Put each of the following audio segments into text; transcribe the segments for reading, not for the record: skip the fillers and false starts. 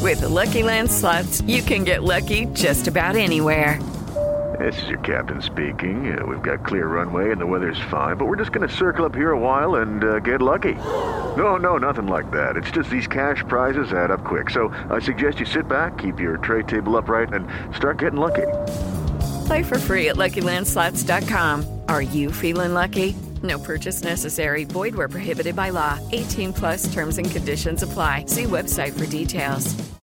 With the Lucky Land Slots, you can get lucky just about anywhere. This is your captain speaking. We've got clear runway and the weather's fine, but we're just going to circle up here a while and get lucky. No, nothing like that. It's just these cash prizes add up quick. So I suggest you sit back, keep your tray table upright, and start getting lucky. Play for free at LuckyLandSlots.com. Are you feeling lucky? No purchase necessary. Void where prohibited by law. 18+ terms and conditions apply. See website for details.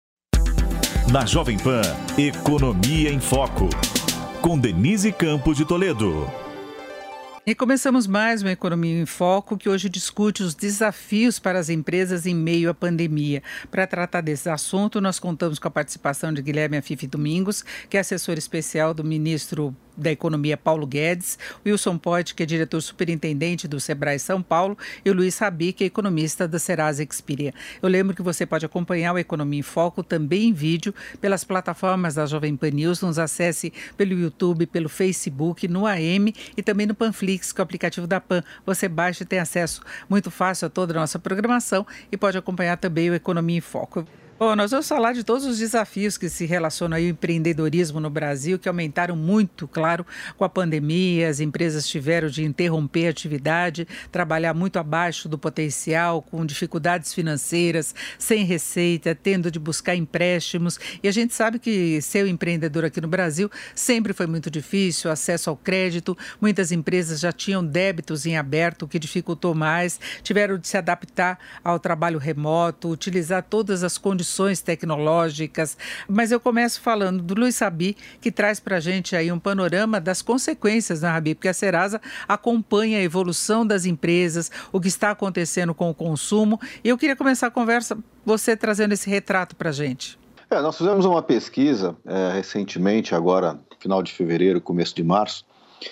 Na Jovem Pan, Economia em Foco, com Denise Campos de Toledo. E começamos mais uma Economia em Foco, que hoje discute os desafios para as empresas em meio à pandemia. Para tratar desse assunto, nós contamos com a participação de Guilherme Afife Domingos, que é assessor especial do ministro da Economia Paulo Guedes, Wilson Poit, que é diretor superintendente do Sebrae São Paulo, e o Luiz Rabi, que é economista da Serasa Experian. Eu lembro que você pode acompanhar o Economia em Foco também em vídeo pelas plataformas da Jovem Pan News. Nos acesse pelo YouTube, pelo Facebook, no AM e também no Panflix, que é o aplicativo da Pan. Você baixa e tem acesso muito fácil a toda a nossa programação e pode acompanhar também o Economia em Foco. Bom, nós vamos falar de todos os desafios que se relacionam ao empreendedorismo no Brasil, que aumentaram muito, claro, com a pandemia. As empresas tiveram de interromper a atividade, trabalhar muito abaixo do potencial, com dificuldades financeiras, sem receita, tendo de buscar empréstimos. E a gente sabe que ser empreendedor aqui no Brasil sempre foi muito difícil, acesso ao crédito. Muitas empresas já tinham débitos em aberto, o que dificultou mais. Tiveram de se adaptar ao trabalho remoto, utilizar todas as condições tecnológicas, mas eu começo falando do Luiz Rabi, que traz para a gente aí um panorama das consequências, né, Rabi? Porque a Serasa acompanha a evolução das empresas, o que está acontecendo com o consumo, e eu queria começar a conversa, você trazendo esse retrato para a gente. Nós fizemos uma pesquisa recentemente, agora, final de fevereiro, começo de março,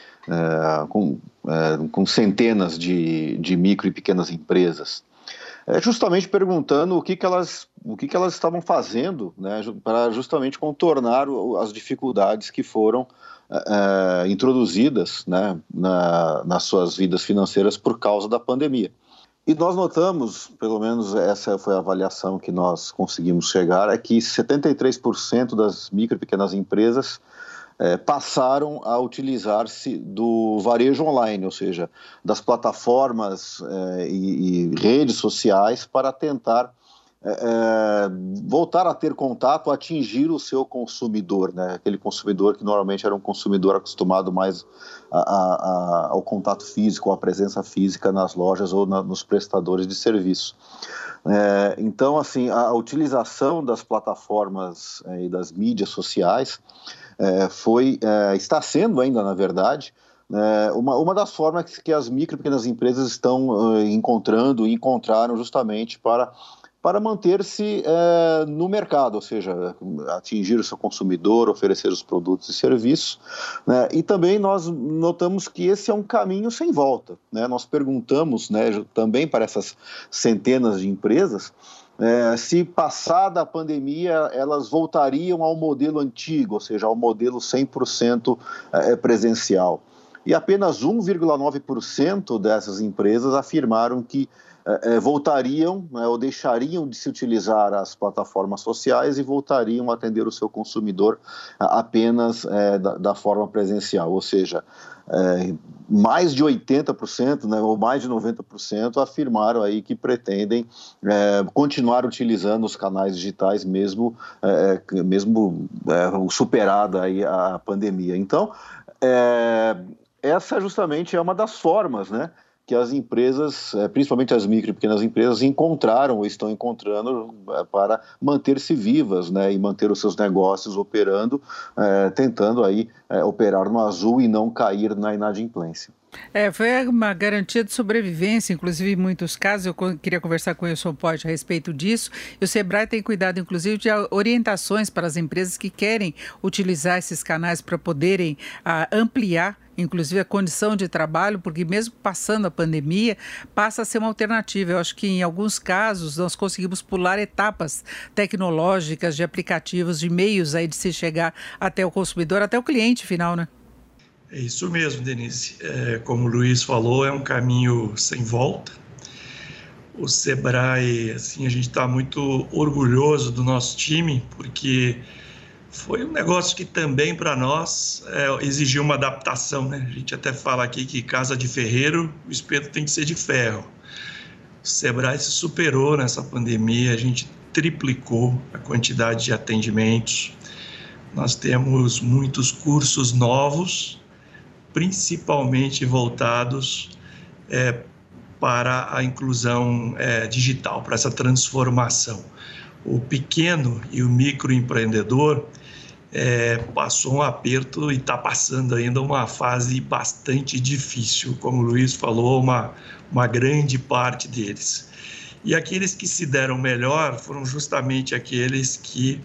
com centenas de micro e pequenas empresas, justamente perguntando o que elas estavam fazendo, né, para justamente contornar as dificuldades que foram introduzidas, né, nas suas vidas financeiras por causa da pandemia. E nós notamos, pelo menos essa foi a avaliação que nós conseguimos chegar, é que 73% das micro e pequenas empresas passaram a utilizar-se do varejo online, ou seja, das plataformas e redes sociais para tentar voltar a ter contato, atingir o seu consumidor, né? Aquele consumidor que normalmente era um consumidor acostumado mais ao contato físico, à presença física nas lojas ou nos prestadores de serviço. Então, assim, a utilização das plataformas e das mídias sociais está sendo ainda, na verdade, uma das formas que as micro e pequenas empresas estão encontraram justamente para manter-se no mercado, ou seja, atingir o seu consumidor, oferecer os produtos e serviços, né? E também nós notamos que esse é um caminho sem volta, né? Nós perguntamos, né, também para essas centenas de empresas, se passada a pandemia elas voltariam ao modelo antigo, ou seja, ao modelo 100% presencial. E apenas 1,9% dessas empresas afirmaram que voltariam, né, ou deixariam de se utilizar as plataformas sociais e voltariam a atender o seu consumidor apenas da forma presencial, ou seja, mais de 80%, né, ou mais de 90% afirmaram aí que pretendem continuar utilizando os canais digitais mesmo superada aí a pandemia. Então, essa justamente é uma das formas, né, que as empresas, principalmente as micro e pequenas empresas, encontraram ou estão encontrando para manter-se vivas, né, e manter os seus negócios operando, tentando aí operar no azul e não cair na inadimplência. Foi uma garantia de sobrevivência, inclusive em muitos casos. Eu queria conversar com o Wilson Poit a respeito disso. E o Sebrae tem cuidado, inclusive, de orientações para as empresas que querem utilizar esses canais para poderem ampliar, inclusive, a condição de trabalho, porque mesmo passando a pandemia, passa a ser uma alternativa. Eu acho que em alguns casos nós conseguimos pular etapas tecnológicas, de aplicativos, de meios aí de se chegar até o consumidor, até o cliente final, né? É isso mesmo, Denise. Como o Luiz falou, é um caminho sem volta. O Sebrae, assim, a gente está muito orgulhoso do nosso time, porque foi um negócio que também para nós exigiu uma adaptação, né? A gente até fala aqui que casa de ferreiro, o espeto tem que ser de ferro. O Sebrae se superou nessa pandemia, a gente triplicou a quantidade de atendimentos. Nós temos muitos cursos novos, principalmente voltados para a inclusão digital, para essa transformação. O pequeno e o microempreendedor passou um aperto e está passando ainda uma fase bastante difícil, como o Luiz falou, uma grande parte deles. E aqueles que se deram melhor foram justamente aqueles que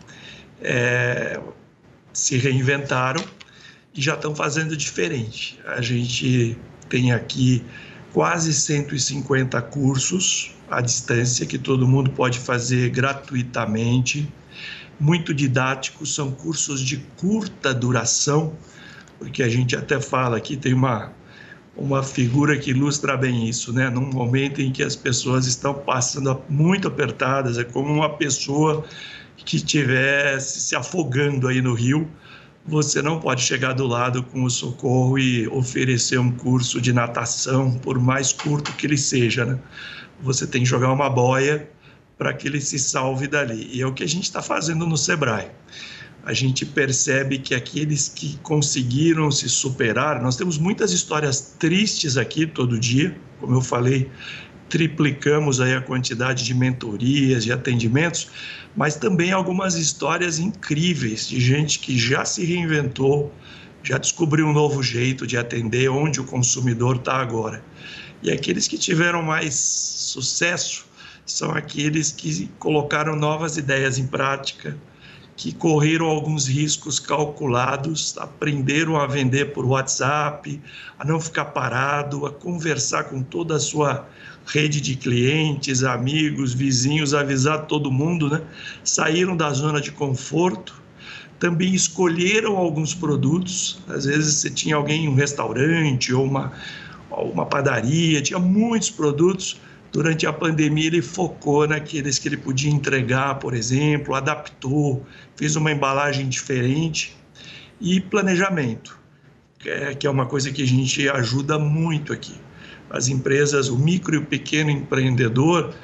se reinventaram e já estão fazendo diferente. A gente tem aqui quase 150 cursos à distância que todo mundo pode fazer gratuitamente, muito didáticos, são cursos de curta duração, porque a gente até fala aqui, tem uma figura que ilustra bem isso, né? Num momento em que as pessoas estão passando muito apertadas, é como uma pessoa que estivesse se afogando aí no rio. Você não pode chegar do lado com o socorro e oferecer um curso de natação, por mais curto que ele seja, né? Você tem que jogar uma boia para que ele se salve dali. E é o que a gente está fazendo no Sebrae. A gente percebe que aqueles que conseguiram se superar, nós temos muitas histórias tristes aqui todo dia, como eu falei, triplicamos aí a quantidade de mentorias, de atendimentos, mas também algumas histórias incríveis de gente que já se reinventou, já descobriu um novo jeito de atender onde o consumidor está agora. E aqueles que tiveram mais sucesso são aqueles que colocaram novas ideias em prática, que correram alguns riscos calculados, aprenderam a vender por WhatsApp, a não ficar parado, a conversar com toda a sua rede de clientes, amigos, vizinhos, avisar todo mundo, né? Saíram da zona de conforto, também escolheram alguns produtos. Às vezes você tinha alguém em um restaurante ou uma padaria, tinha muitos produtos. Durante a pandemia ele focou naqueles que ele podia entregar, por exemplo, adaptou, fez uma embalagem diferente. E planejamento, que é uma coisa que a gente ajuda muito aqui. As empresas, o micro e o pequeno empreendedor,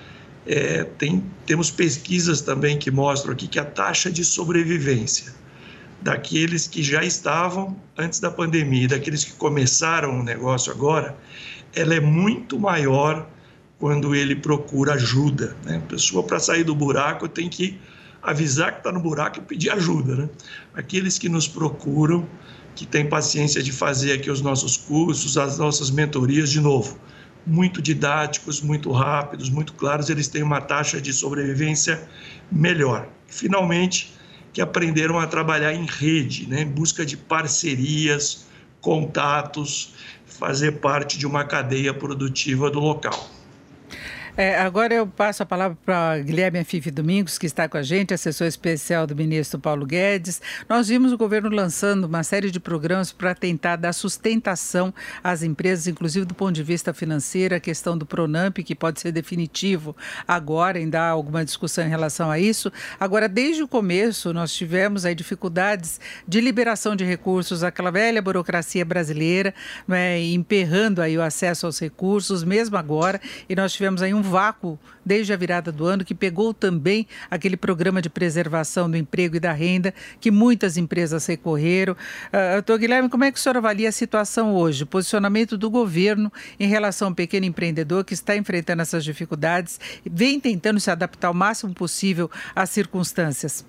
temos pesquisas também que mostram aqui que a taxa de sobrevivência daqueles que já estavam antes da pandemia e daqueles que começaram o negócio agora, ela é muito maior quando ele procura ajuda, né? A pessoa, para sair do buraco, tem que avisar que está no buraco e pedir ajuda, né? Aqueles que nos procuram, que têm paciência de fazer aqui os nossos cursos, as nossas mentorias, de novo, muito didáticos, muito rápidos, muito claros, eles têm uma taxa de sobrevivência melhor. Finalmente, que aprenderam a trabalhar em rede, né? Em busca de parcerias, contatos, fazer parte de uma cadeia produtiva do local. Agora eu passo a palavra para Guilherme Afife Domingos, que está com a gente, assessor especial do ministro Paulo Guedes. Nós vimos o governo lançando uma série de programas para tentar dar sustentação às empresas, inclusive do ponto de vista financeiro, a questão do Pronamp, que pode ser definitivo agora, ainda há alguma discussão em relação a isso. Agora, desde o começo, nós tivemos aí dificuldades de liberação de recursos, aquela velha burocracia brasileira, né, emperrando aí o acesso aos recursos, mesmo agora, e nós tivemos aí um vácuo desde a virada do ano, que pegou também aquele programa de preservação do emprego e da renda, que muitas empresas recorreram. Doutor Guilherme, como é que o senhor avalia a situação hoje, o posicionamento do governo em relação ao pequeno empreendedor que está enfrentando essas dificuldades e vem tentando se adaptar o máximo possível às circunstâncias?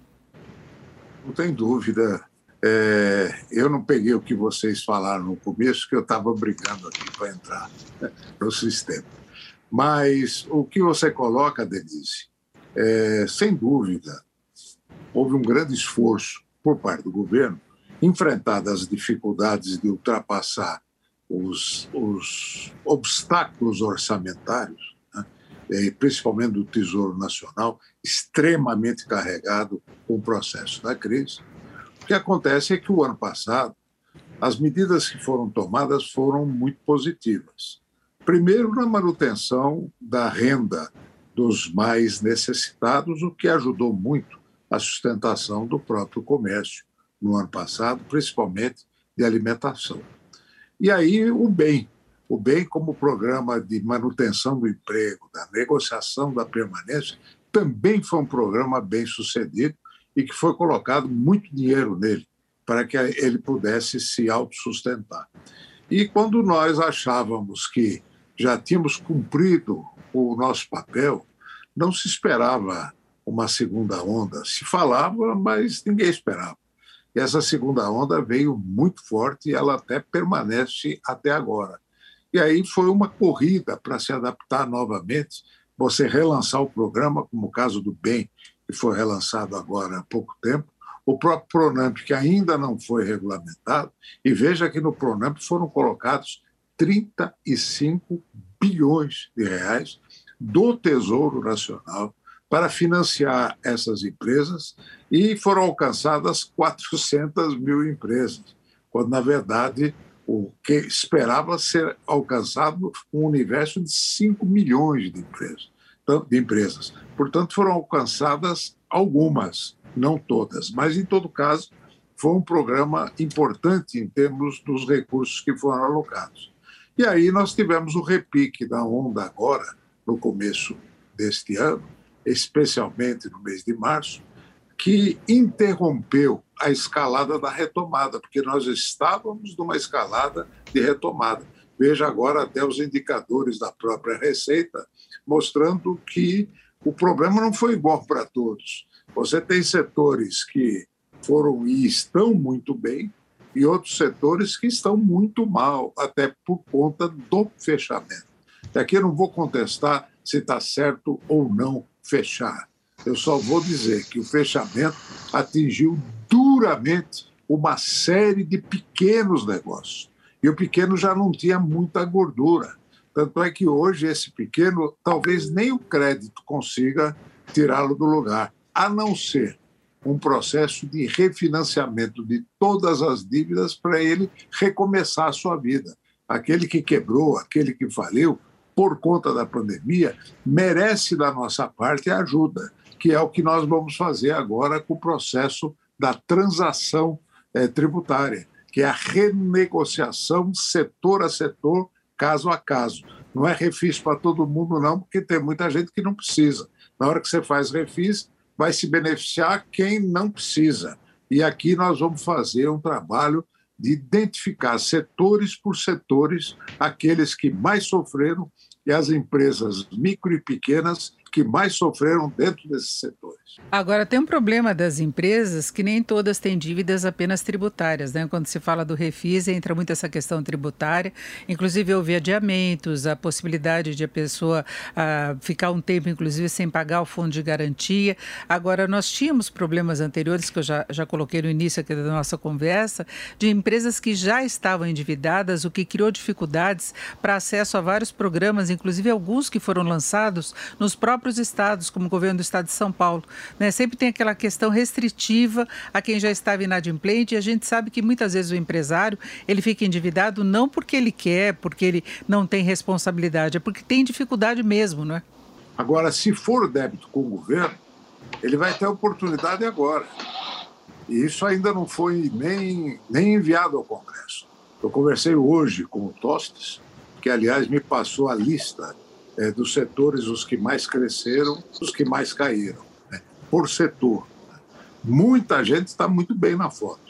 Não tem dúvida. Eu não peguei o que vocês falaram no começo, que eu estava brigando aqui para entrar no sistema. Mas o que você coloca, Denise, sem dúvida, houve um grande esforço por parte do governo, enfrentadas as dificuldades de ultrapassar os obstáculos orçamentários, né, principalmente do Tesouro Nacional, extremamente carregado com o processo da crise. O que acontece é que o ano passado, as medidas que foram tomadas foram muito positivas, Primeiro, na manutenção da renda dos mais necessitados, o que ajudou muito a sustentação do próprio comércio no ano passado, principalmente de alimentação. E aí o bem como programa de manutenção do emprego, da negociação da permanência, também foi um programa bem sucedido e que foi colocado muito dinheiro nele para que ele pudesse se autossustentar. E quando nós achávamos que já tínhamos cumprido o nosso papel, não se esperava uma segunda onda. Se falava, mas ninguém esperava. E essa segunda onda veio muito forte e ela até permanece até agora. E aí foi uma corrida para se adaptar novamente, você relançar o programa, como o caso do BEM, que foi relançado agora há pouco tempo, o próprio Pronamp, que ainda não foi regulamentado, e veja que no Pronamp foram colocados 35 bilhões de reais do Tesouro Nacional para financiar essas empresas e foram alcançadas 400 mil empresas, quando, na verdade, o que esperava ser alcançado um universo de 5 milhões de empresas. Portanto, foram alcançadas algumas, não todas, mas, em todo caso, foi um programa importante em termos dos recursos que foram alocados. E aí nós tivemos o repique da onda agora, no começo deste ano, especialmente no mês de março, que interrompeu a escalada da retomada, porque nós estávamos numa escalada de retomada. Veja agora até os indicadores da própria Receita, mostrando que o problema não foi igual para todos. Você tem setores que foram e estão muito bem, e outros setores que estão muito mal, até por conta do fechamento. E aqui eu não vou contestar se está certo ou não fechar. Eu só vou dizer que o fechamento atingiu duramente uma série de pequenos negócios. E o pequeno já não tinha muita gordura. Tanto é que hoje esse pequeno, talvez nem o crédito consiga tirá-lo do lugar, a não ser um processo de refinanciamento de todas as dívidas para ele recomeçar a sua vida. Aquele que quebrou, aquele que faliu, por conta da pandemia, merece da nossa parte a ajuda, que é o que nós vamos fazer agora com o processo da transação tributária, que é a renegociação setor a setor, caso a caso. Não é refis para todo mundo, não, porque tem muita gente que não precisa. Na hora que você faz refis, vai se beneficiar quem não precisa. E aqui nós vamos fazer um trabalho de identificar setores por setores aqueles que mais sofreram e as empresas micro e pequenas que mais sofreram dentro desses setores. Agora, tem um problema das empresas que nem todas têm dívidas apenas tributárias, né? Quando se fala do refis, entra muito essa questão tributária, inclusive houve adiamentos, a possibilidade de a pessoa ficar um tempo, inclusive, sem pagar o fundo de garantia. Agora, nós tínhamos problemas anteriores, que eu já coloquei no início aqui da nossa conversa, de empresas que já estavam endividadas, o que criou dificuldades para acesso a vários programas, inclusive alguns que foram lançados nos próprios estados, como o governo do estado de São Paulo. Né? Sempre tem aquela questão restritiva a quem já estava inadimplente, e a gente sabe que muitas vezes o empresário ele fica endividado não porque ele quer, porque ele não tem responsabilidade, é porque tem dificuldade mesmo, não é? Agora, se for débito com o governo, ele vai ter oportunidade agora. E isso ainda não foi nem enviado ao Congresso. Eu conversei hoje com o Tostes, que, aliás, me passou a lista dos setores, os que mais cresceram, os que mais caíram, né? Por setor. Muita gente está muito bem na foto,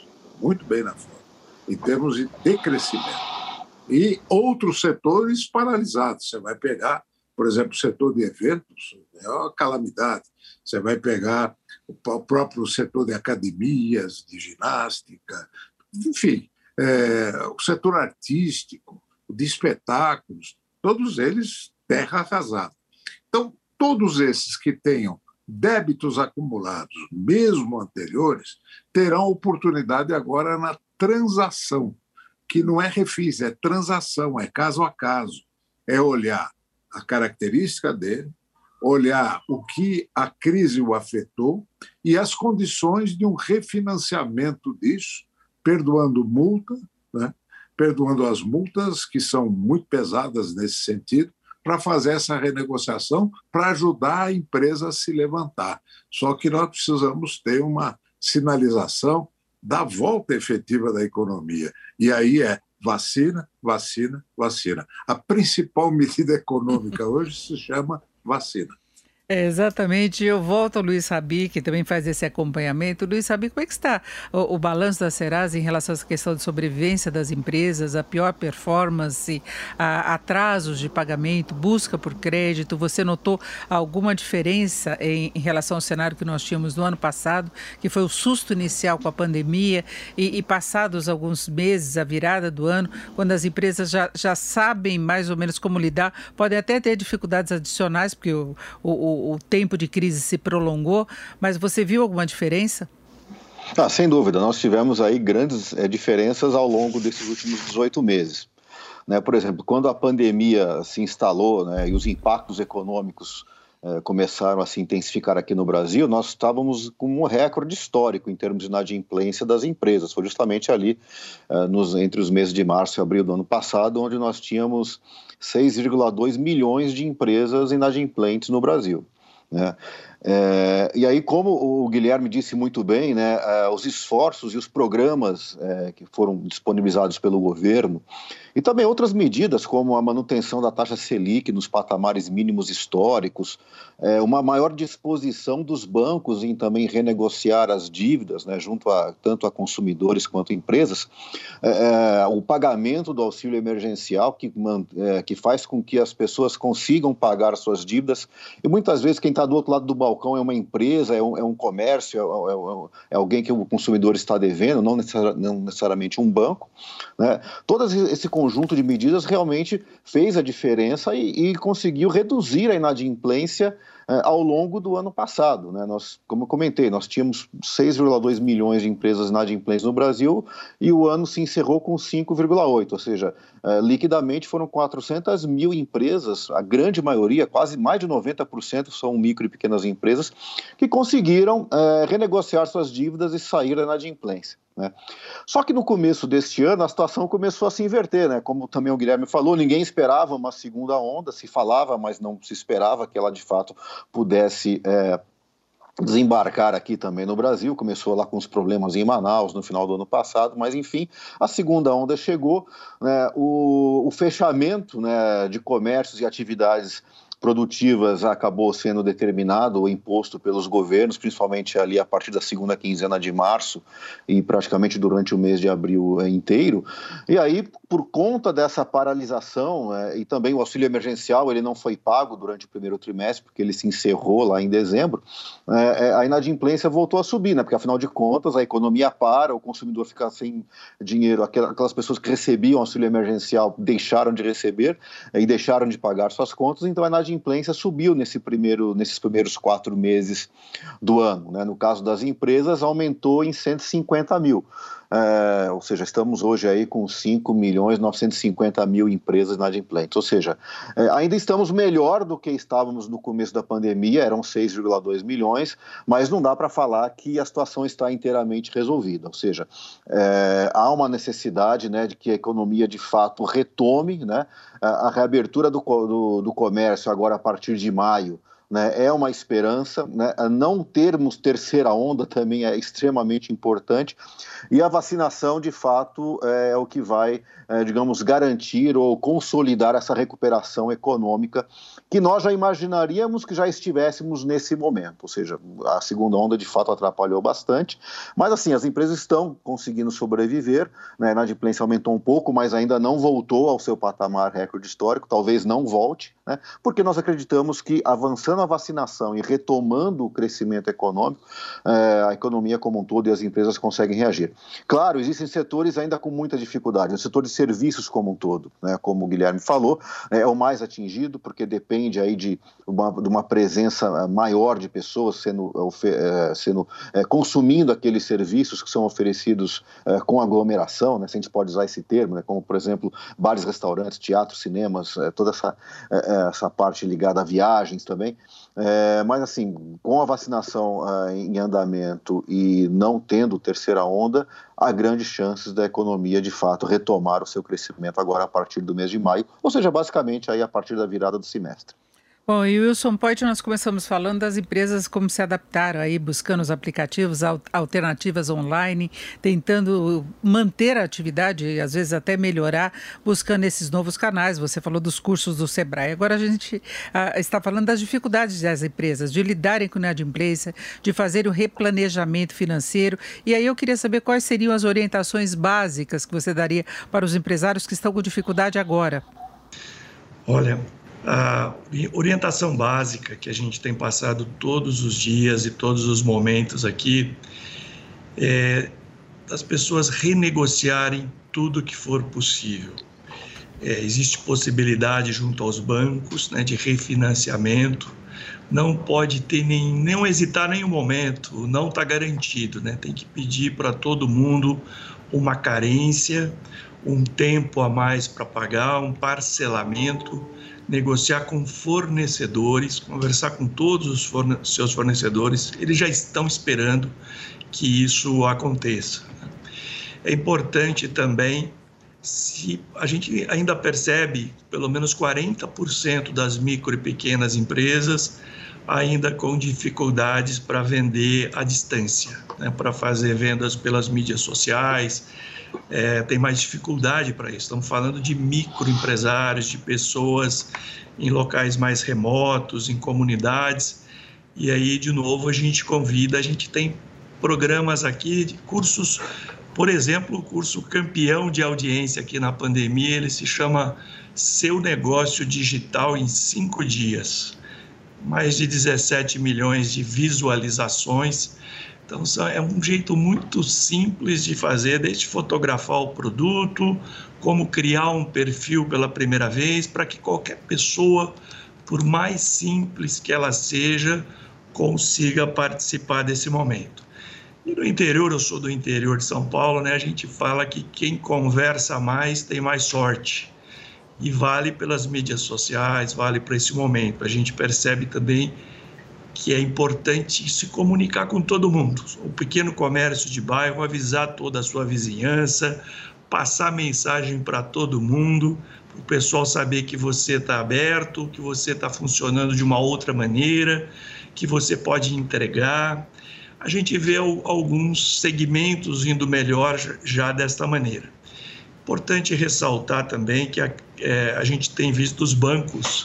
em termos de decrescimento. E outros setores paralisados. Você vai pegar, por exemplo, o setor de eventos, é uma calamidade. Você vai pegar o próprio setor de academias, de ginástica, enfim, o setor artístico, de espetáculos, todos eles terra arrasada. Então, todos esses que tenham débitos acumulados, mesmo anteriores, terão oportunidade agora na transação, que não é refis, é transação, é caso a caso. É olhar a característica dele, olhar o que a crise o afetou e as condições de um refinanciamento disso, perdoando multa, né? perdoando as multas, que são muito pesadas nesse sentido, para fazer essa renegociação, para ajudar a empresa a se levantar. Só que nós precisamos ter uma sinalização da volta efetiva da economia. E aí é vacina, vacina, vacina. A principal medida econômica hoje se chama vacina. Exatamente. Eu volto ao Luiz Rabi, que também faz esse acompanhamento. Luiz Rabi, como é que está o balanço da Serasa em relação a essa questão de sobrevivência das empresas, a pior performance, atrasos de pagamento, busca por crédito? Você notou alguma diferença em relação ao cenário que nós tínhamos no ano passado, que foi o susto inicial com a pandemia e passados alguns meses, a virada do ano, quando as empresas já sabem mais ou menos como lidar, podem até ter dificuldades adicionais, porque o tempo de crise se prolongou, mas você viu alguma diferença? Sem dúvida, nós tivemos aí grandes diferenças ao longo desses últimos 18 meses. Por exemplo, quando a pandemia se instalou, e os impactos econômicos começaram a se intensificar aqui no Brasil, nós estávamos com um recorde histórico em termos de inadimplência das empresas. Foi justamente ali, entre os meses de março e abril do ano passado, onde nós tínhamos 6,2 milhões de empresas inadimplentes no Brasil. E aí, como o Guilherme disse muito bem, os esforços e os programas que foram disponibilizados pelo governo e também outras medidas como a manutenção da taxa Selic nos patamares mínimos históricos, uma maior disposição dos bancos em também renegociar as dívidas, junto tanto a consumidores quanto a empresas, o pagamento do auxílio emergencial que faz com que as pessoas consigam pagar suas dívidas, e muitas vezes quem está do outro lado do balcão é uma empresa, é um comércio, é alguém que o consumidor está devendo, não necessariamente um banco. Todo esse conjunto de medidas realmente fez a diferença e conseguiu reduzir a inadimplência ao longo do ano passado. Nós, como eu comentei, nós tínhamos 6,2 milhões de empresas inadimplentes no Brasil e o ano se encerrou com 5,8, ou seja, liquidamente foram 400 mil empresas, a grande maioria, quase mais de 90% são micro e pequenas empresas, que conseguiram renegociar suas dívidas e sair da inadimplência. Só que no começo deste ano a situação começou a se inverter, como também o Guilherme falou, ninguém esperava uma segunda onda, se falava, mas não se esperava que ela de fato pudesse desembarcar aqui também no Brasil. Começou lá com os problemas em Manaus no final do ano passado, mas enfim, a segunda onda chegou, o fechamento de comércios e atividades produtivas acabou sendo determinado ou imposto pelos governos, principalmente ali a partir da segunda quinzena de março e praticamente durante o mês de abril inteiro. E aí, por conta dessa paralisação, e também o auxílio emergencial, ele não foi pago durante o primeiro trimestre, porque ele se encerrou lá em dezembro, a inadimplência voltou a subir, porque afinal de contas a economia para, o consumidor fica sem dinheiro, aquelas pessoas que recebiam auxílio emergencial deixaram de receber e deixaram de pagar suas contas, então a inadimplência subiu nesses primeiros 4 meses do ano. No caso das empresas, aumentou em 150 mil. Ou seja, estamos hoje aí com 5.950.000 empresas inadimplentes. Ou seja, ainda estamos melhor do que estávamos no começo da pandemia, eram 6,2 milhões, mas não dá para falar que a situação está inteiramente resolvida. Ou seja, há uma necessidade de que a economia de fato retome, a reabertura do comércio agora a partir de maio, é uma esperança, não termos terceira onda também é extremamente importante, e a vacinação de fato é o que vai, garantir ou consolidar essa recuperação econômica que nós já imaginaríamos que já estivéssemos nesse momento. Ou seja, a segunda onda de fato atrapalhou bastante, mas assim, as empresas estão conseguindo sobreviver, a inadimplência aumentou um pouco, mas ainda não voltou ao seu patamar recorde histórico, talvez não volte, porque nós acreditamos que avançando a vacinação e retomando o crescimento econômico, a economia como um todo e as empresas conseguem reagir. Claro, existem setores ainda com muita dificuldade, o setor de serviços como um todo, como o Guilherme falou, é o mais atingido, porque depende aí de uma presença maior de pessoas consumindo aqueles serviços que são oferecidos com aglomeração, se a gente pode usar esse termo, como por exemplo bares, restaurantes, teatros, cinemas, toda essa parte ligada a viagens também. Mas, assim, com a vacinação em andamento e não tendo terceira onda, há grandes chances da economia, de fato, retomar o seu crescimento agora a partir do mês de maio, ou seja, basicamente aí a partir da virada do semestre. Bom, e Wilson Poit, nós começamos falando das empresas como se adaptaram aí, buscando os aplicativos, alternativas online, tentando manter a atividade e às vezes até melhorar, buscando esses novos canais. Você falou dos cursos do Sebrae. Agora a gente está falando das dificuldades das empresas, de lidarem com a inadimplência, de fazer o replanejamento financeiro. E aí eu queria saber quais seriam as orientações básicas que você daria para os empresários que estão com dificuldade agora. Olha, a orientação básica que a gente tem passado todos os dias e todos os momentos aqui é das pessoas renegociarem tudo que for possível. Existe possibilidade junto aos bancos, né, de refinanciamento. Não pode ter não hesitar nenhum momento, não está garantido, né? Tem que pedir para todo mundo uma carência, um tempo a mais para pagar, um parcelamento, negociar com fornecedores, conversar com todos os seus fornecedores. Eles já estão esperando que isso aconteça. É importante também, se a gente ainda percebe pelo menos 40% das micro e pequenas empresas ainda com dificuldades para vender à distância, né, para fazer vendas pelas mídias sociais, tem mais dificuldade para isso. Estamos falando de microempresários, de pessoas em locais mais remotos, em comunidades, e aí, de novo, a gente tem programas aqui de cursos, por exemplo, o curso campeão de audiência aqui na pandemia, ele se chama Seu Negócio Digital em 5 dias. Mais de 17 milhões de visualizações. Então, é um jeito muito simples de fazer, desde fotografar o produto, como criar um perfil pela primeira vez, para que qualquer pessoa, por mais simples que ela seja, consiga participar desse momento. E no interior, eu sou do interior de São Paulo, né? A gente fala que quem conversa mais tem mais sorte. E vale pelas mídias sociais, vale para esse momento. A gente percebe também que é importante se comunicar com todo mundo. O pequeno comércio de bairro, avisar toda a sua vizinhança, passar mensagem para todo mundo, para o pessoal saber que você está aberto, que você está funcionando de uma outra maneira, que você pode entregar. A gente vê alguns segmentos indo melhor já desta maneira. Importante ressaltar também que a gente tem visto os bancos,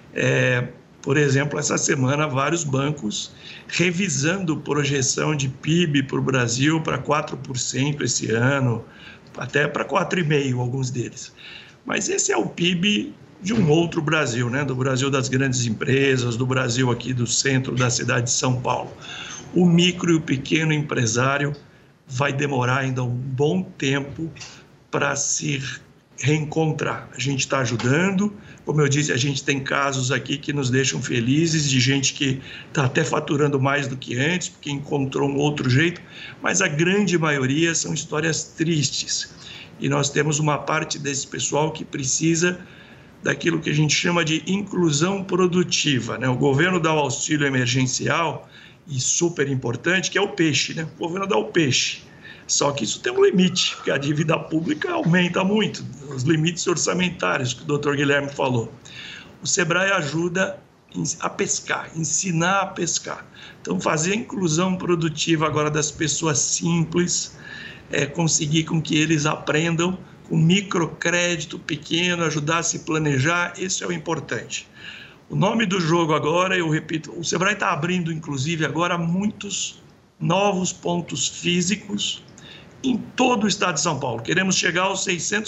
por exemplo, essa semana, vários bancos revisando projeção de PIB para o Brasil para 4% esse ano, até para 4,5%, alguns deles. Mas esse é o PIB de um outro Brasil, né? Do Brasil das grandes empresas, do Brasil aqui do centro da cidade de São Paulo. O micro e o pequeno empresário vai demorar ainda um bom tempo para se reencontrar. A gente está ajudando, como eu disse, a gente tem casos aqui que nos deixam felizes, de gente que está até faturando mais do que antes, porque encontrou um outro jeito, mas a grande maioria são histórias tristes. E nós temos uma parte desse pessoal que precisa daquilo que a gente chama de inclusão produtiva, né? O governo dá o auxílio emergencial, e super importante, que é o peixe, né? O governo dá o peixe. Só que isso tem um limite, porque a dívida pública aumenta muito, os limites orçamentários que o Dr. Guilherme falou. O Sebrae ajuda a pescar, ensinar a pescar. Então, fazer a inclusão produtiva agora das pessoas simples, conseguir com que eles aprendam com microcrédito pequeno, ajudar a se planejar, isso é o importante. O nome do jogo agora, eu repito, o Sebrae está abrindo, inclusive, agora muitos novos pontos físicos em todo o estado de São Paulo. Queremos chegar aos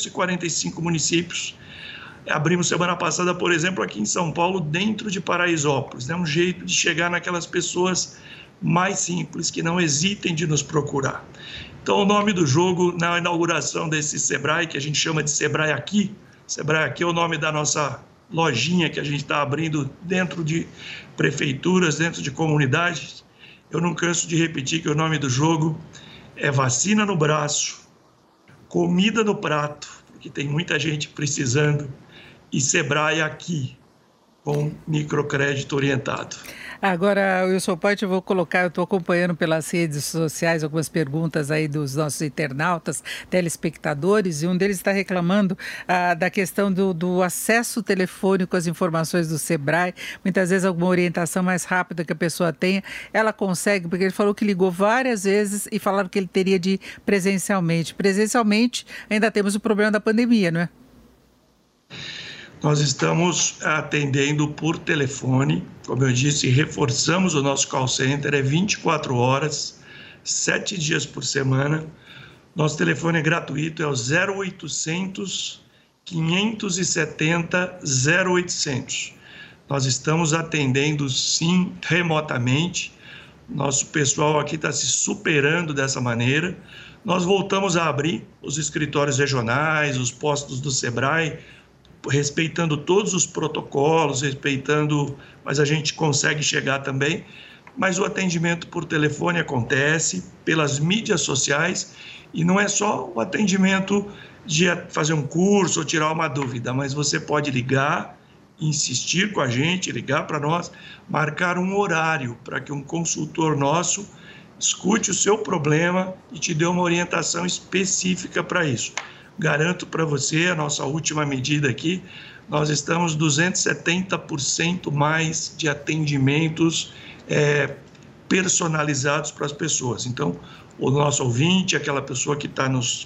645 municípios. Abrimos semana passada, por exemplo, aqui em São Paulo, dentro de Paraisópolis. É um jeito de chegar naquelas pessoas mais simples, que não hesitem de nos procurar. Então, o nome do jogo, na inauguração desse Sebrae, que a gente chama de Sebrae Aqui, Sebrae Aqui é o nome da nossa lojinha que a gente está abrindo dentro de prefeituras, dentro de comunidades. Eu não canso de repetir que o nome do jogo é vacina no braço, comida no prato, porque tem muita gente precisando, e Sebrae Aqui. com microcrédito orientado. Agora, Wilson Poit, eu estou acompanhando pelas redes sociais algumas perguntas aí dos nossos internautas, telespectadores, e um deles está reclamando da questão do acesso telefônico às informações do Sebrae. Muitas vezes alguma orientação mais rápida que a pessoa tenha, ela consegue, porque ele falou que ligou várias vezes e falaram que ele teria de ir presencialmente. Presencialmente, ainda temos o problema da pandemia, não é? Nós estamos atendendo por telefone, como eu disse, reforçamos o nosso call center, é 24 horas, 7 dias por semana. Nosso telefone é gratuito, é o 0800 570 0800. Nós estamos atendendo, sim, remotamente. Nosso pessoal aqui está se superando dessa maneira. Nós voltamos a abrir os escritórios regionais, os postos do Sebrae, respeitando todos os protocolos, mas a gente consegue chegar também. Mas o atendimento por telefone acontece, pelas mídias sociais, e não é só o atendimento de fazer um curso ou tirar uma dúvida, mas você pode ligar, insistir com a gente, ligar para nós, marcar um horário para que um consultor nosso escute o seu problema e te dê uma orientação específica para isso. Garanto para você, a nossa última medida aqui, nós estamos 270% mais de atendimentos personalizados para as pessoas. Então, o nosso ouvinte, aquela pessoa que está nos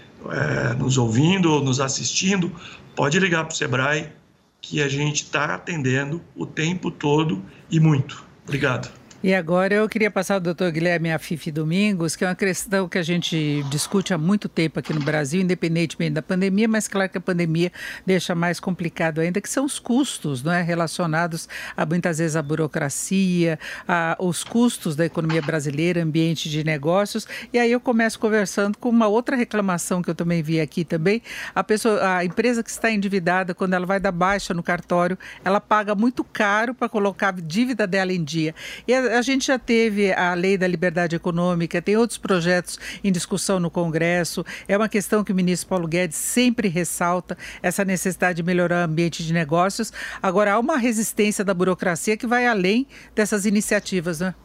ouvindo ou nos assistindo, pode ligar para o Sebrae, que a gente está atendendo o tempo todo e muito. Obrigado. E agora eu queria passar ao doutor Guilherme Afife Domingos, que é uma questão que a gente discute há muito tempo aqui no Brasil, independentemente da pandemia, mas claro que a pandemia deixa mais complicado ainda, que são os custos, não é? Relacionados muitas vezes à burocracia, os custos da economia brasileira, ambiente de negócios. E aí eu começo conversando com uma outra reclamação que eu também vi aqui também. A empresa que está endividada, quando ela vai dar baixa no cartório, ela paga muito caro para colocar a dívida dela em dia. E a gente já teve a Lei da Liberdade Econômica, tem outros projetos em discussão no Congresso. É uma questão que o ministro Paulo Guedes sempre ressalta, essa necessidade de melhorar o ambiente de negócios. Agora, há uma resistência da burocracia que vai além dessas iniciativas, né?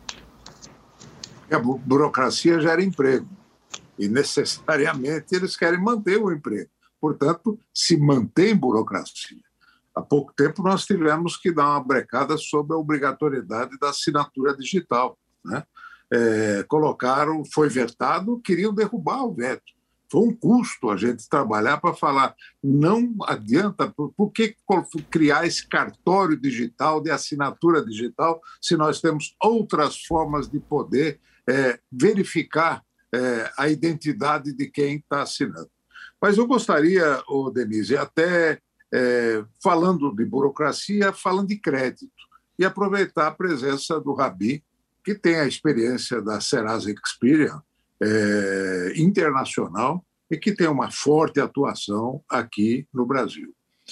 A burocracia gera emprego e necessariamente eles querem manter o emprego. Portanto, se mantém burocracia. Há pouco tempo nós tivemos que dar uma brecada sobre a obrigatoriedade da assinatura digital, né? Foi vetado, queriam derrubar o veto. Foi um custo a gente trabalhar para falar, não adianta, por que criar esse cartório digital, de assinatura digital, se nós temos outras formas de poder verificar a identidade de quem está assinando. Mas eu gostaria, Denise, até... falando de burocracia, falando de crédito, e aproveitar a presença do Rabi, que tem a experiência da Serasa Experian internacional e que tem uma forte atuação aqui no Brasil.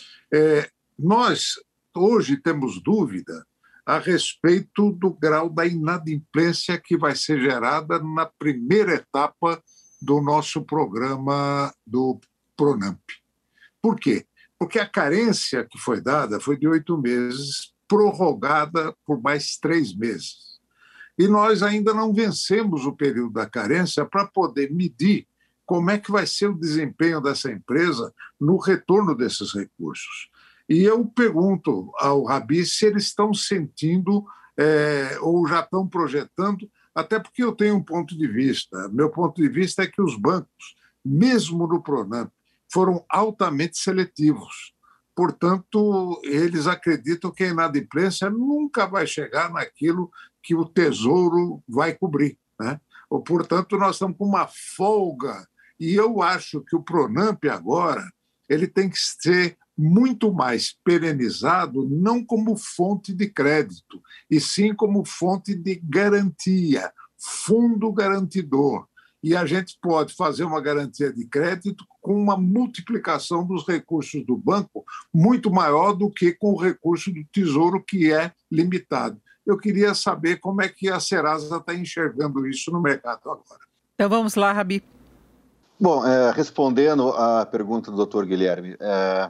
Nós, hoje, temos dúvida a respeito do grau da inadimplência que vai ser gerada na primeira etapa do nosso programa do Pronamp. Por quê? Porque a carência que foi dada foi de 8 meses, prorrogada por mais 3 meses. E nós ainda não vencemos o período da carência para poder medir como é que vai ser o desempenho dessa empresa no retorno desses recursos. E eu pergunto ao Rabi se eles estão sentindo ou já estão projetando, até porque eu tenho um ponto de vista. Meu ponto de vista é que os bancos, mesmo no Pronamp, foram altamente seletivos. Portanto, eles acreditam que a inadimplência nunca vai chegar naquilo que o Tesouro vai cobrir, né? Portanto, nós estamos com uma folga. E eu acho que o Pronamp agora ele tem que ser muito mais perenizado, não como fonte de crédito, e sim como fonte de garantia, fundo garantidor. E a gente pode fazer uma garantia de crédito com uma multiplicação dos recursos do banco muito maior do que com o recurso do Tesouro, que é limitado. Eu queria saber como é que a Serasa está enxergando isso no mercado agora. Então vamos lá, Rabi. Bom, respondendo à pergunta do Dr. Guilherme,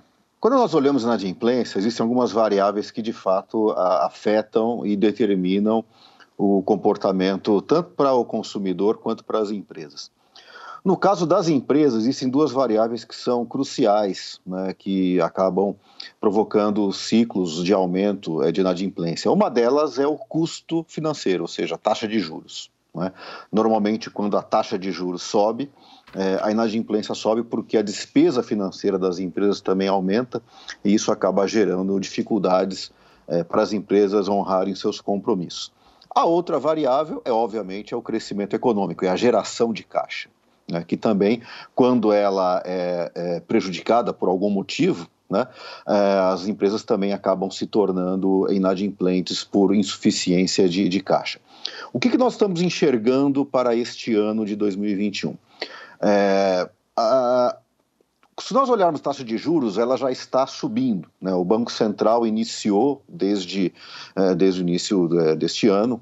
Quando nós olhamos na inadimplência, existem algumas variáveis que de fato afetam e determinam o comportamento tanto para o consumidor quanto para as empresas. No caso das empresas, existem duas variáveis que são cruciais, né, que acabam provocando ciclos de aumento de inadimplência. Uma delas é o custo financeiro, ou seja, a taxa de juros, né? Normalmente, quando a taxa de juros sobe, a inadimplência sobe porque a despesa financeira das empresas também aumenta e isso acaba gerando dificuldades para as empresas honrarem seus compromissos. A outra variável obviamente, o crescimento econômico, é a geração de caixa, né, que também, quando ela é prejudicada por algum motivo, né, as empresas também acabam se tornando inadimplentes por insuficiência de caixa. O que nós estamos enxergando para este ano de 2021? Se nós olharmos a taxa de juros, ela já está subindo, né? O Banco Central iniciou, desde o início deste ano,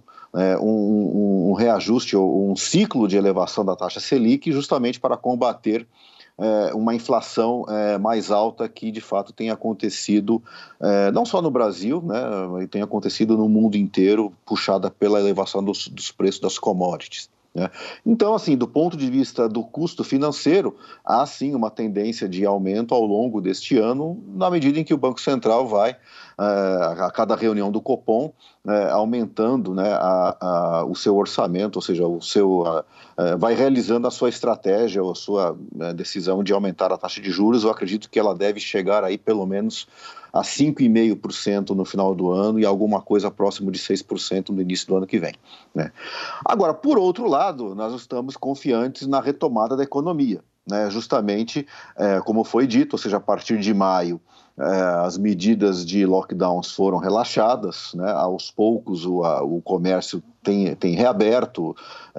um reajuste ou um ciclo de elevação da taxa Selic justamente para combater uma inflação mais alta que de fato tem acontecido não só no Brasil, né, mas tem acontecido no mundo inteiro, puxada pela elevação dos preços das commodities. Então, assim, do ponto de vista do custo financeiro, há sim uma tendência de aumento ao longo deste ano, na medida em que o Banco Central vai, a cada reunião do Copom, aumentando, né, o seu orçamento, ou seja, vai realizando a sua estratégia ou a sua decisão de aumentar a taxa de juros. Eu acredito que ela deve chegar aí pelo menos a 5,5% no final do ano e alguma coisa próximo de 6% no início do ano que vem, né? Agora, por outro lado, nós estamos confiantes na retomada da economia, né? Justamente, como foi dito, ou seja, a partir de maio, as medidas de lockdowns foram relaxadas, né? Aos poucos o comércio tem reaberto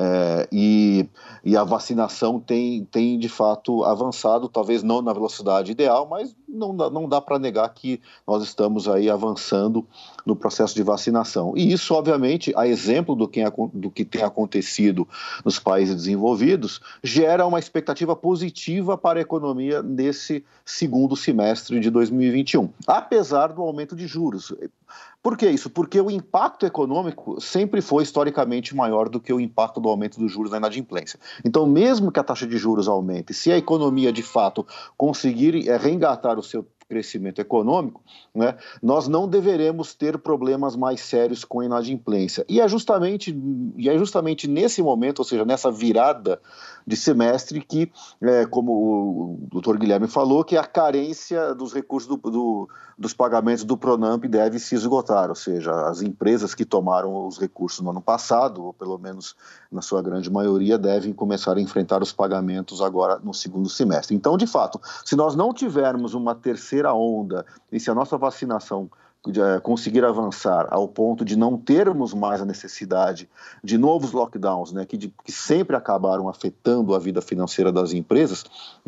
e a vacinação tem de fato avançado, talvez não na velocidade ideal, mas não dá para negar que nós estamos aí avançando no processo de vacinação. E isso, obviamente, a exemplo do que tem acontecido nos países desenvolvidos, gera uma expectativa positiva para a economia nesse segundo semestre de 2021, apesar do aumento de juros. Por que isso? Porque o impacto econômico sempre foi historicamente maior do que o impacto do aumento dos juros na inadimplência. Então, mesmo que a taxa de juros aumente, se a economia de fato conseguir reengatar o seu crescimento econômico, né, nós não deveremos ter problemas mais sérios com a inadimplência. E é justamente nesse momento, ou seja, nessa virada de semestre que, como o doutor Guilherme falou, que a carência dos recursos dos pagamentos do Pronampe deve se esgotar, ou seja, as empresas que tomaram os recursos no ano passado, ou pelo menos na sua grande maioria, devem começar a enfrentar os pagamentos agora no segundo semestre. Então, de fato, se nós não tivermos uma terceira onda e se a nossa vacinação conseguir avançar ao ponto de não termos mais a necessidade de novos lockdowns, né, que sempre acabaram afetando a vida financeira das empresas,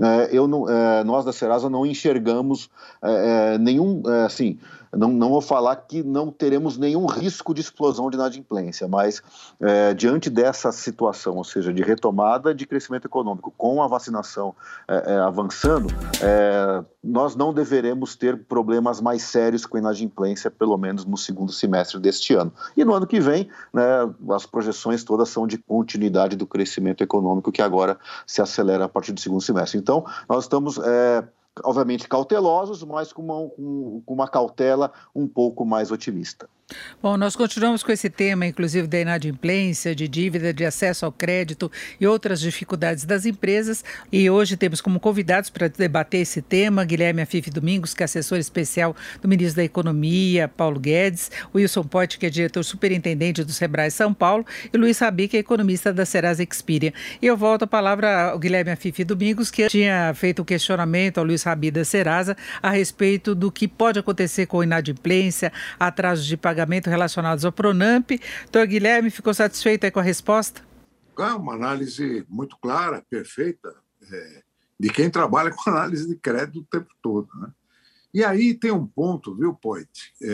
nós da Serasa não enxergamos nenhum, assim, não vou falar que não teremos nenhum risco de explosão de inadimplência, mas diante dessa situação, ou seja, de retomada de crescimento econômico com a vacinação avançando, nós não deveremos ter problemas mais sérios com a inadimplência, pelo menos no segundo semestre deste ano. E no ano que vem, né, as projeções todas são de continuidade do crescimento econômico, que agora se acelera a partir do segundo semestre. Então, nós estamos obviamente cautelosos, mas com uma cautela um pouco mais otimista. Bom, nós continuamos com esse tema, inclusive da inadimplência, de dívida, de acesso ao crédito e outras dificuldades das empresas. E hoje temos como convidados para debater esse tema Guilherme Afife Domingos, que é assessor especial do ministro da Economia, Paulo Guedes, Wilson Poit, que é diretor superintendente do Sebrae São Paulo, e Luiz Rabi, que é economista da Serasa Experian. E eu volto a palavra ao Guilherme Afife Domingos, que tinha feito um questionamento ao Luiz Rabi da Serasa a respeito do que pode acontecer com inadimplência, atrasos de pagamento relacionados ao Pronamp. Doutor Guilherme, ficou satisfeito aí com a resposta? É uma análise muito clara, perfeita, de quem trabalha com análise de crédito o tempo todo, né? E aí tem um ponto, viu, Poit,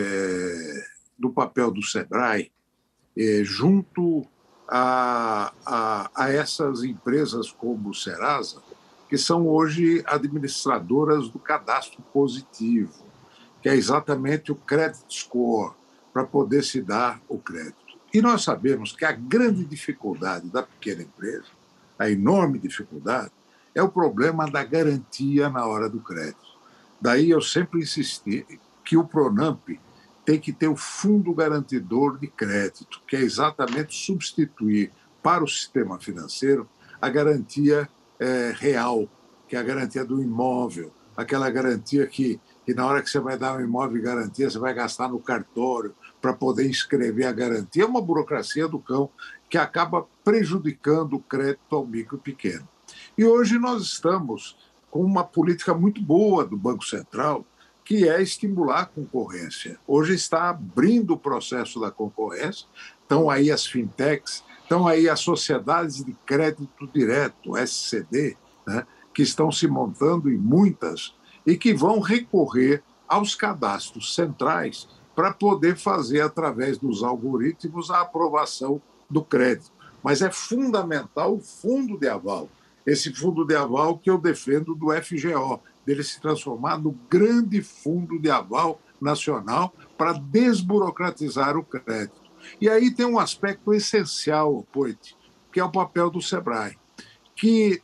do papel do Sebrae junto a essas empresas como o Serasa, que que são hoje administradoras do cadastro positivo, que é exatamente o credit score, para poder se dar o crédito. E nós sabemos que a grande dificuldade da pequena empresa, a enorme dificuldade, é o problema da garantia na hora do crédito. Daí eu sempre insisti que o Pronamp tem que ter o fundo garantidor de crédito, que é exatamente substituir para o sistema financeiro a garantia real, que é a garantia do imóvel, aquela garantia que na hora que você vai dar um imóvel de garantia, você vai gastar no cartório para poder inscrever a garantia. É uma burocracia do cão que acaba prejudicando o crédito ao micro e pequeno. E hoje nós estamos com uma política muito boa do Banco Central, que é estimular a concorrência. Hoje está abrindo o processo da concorrência, estão aí as fintechs, estão aí as sociedades de crédito direto, SCD, né, que estão se montando em muitas e que vão recorrer aos cadastros centrais para poder fazer, através dos algoritmos, a aprovação do crédito. Mas é fundamental o fundo de aval, esse fundo de aval que eu defendo do FGO, dele se transformar no grande fundo de aval nacional para desburocratizar o crédito. E aí tem um aspecto essencial, Poit, que é o papel do SEBRAE, que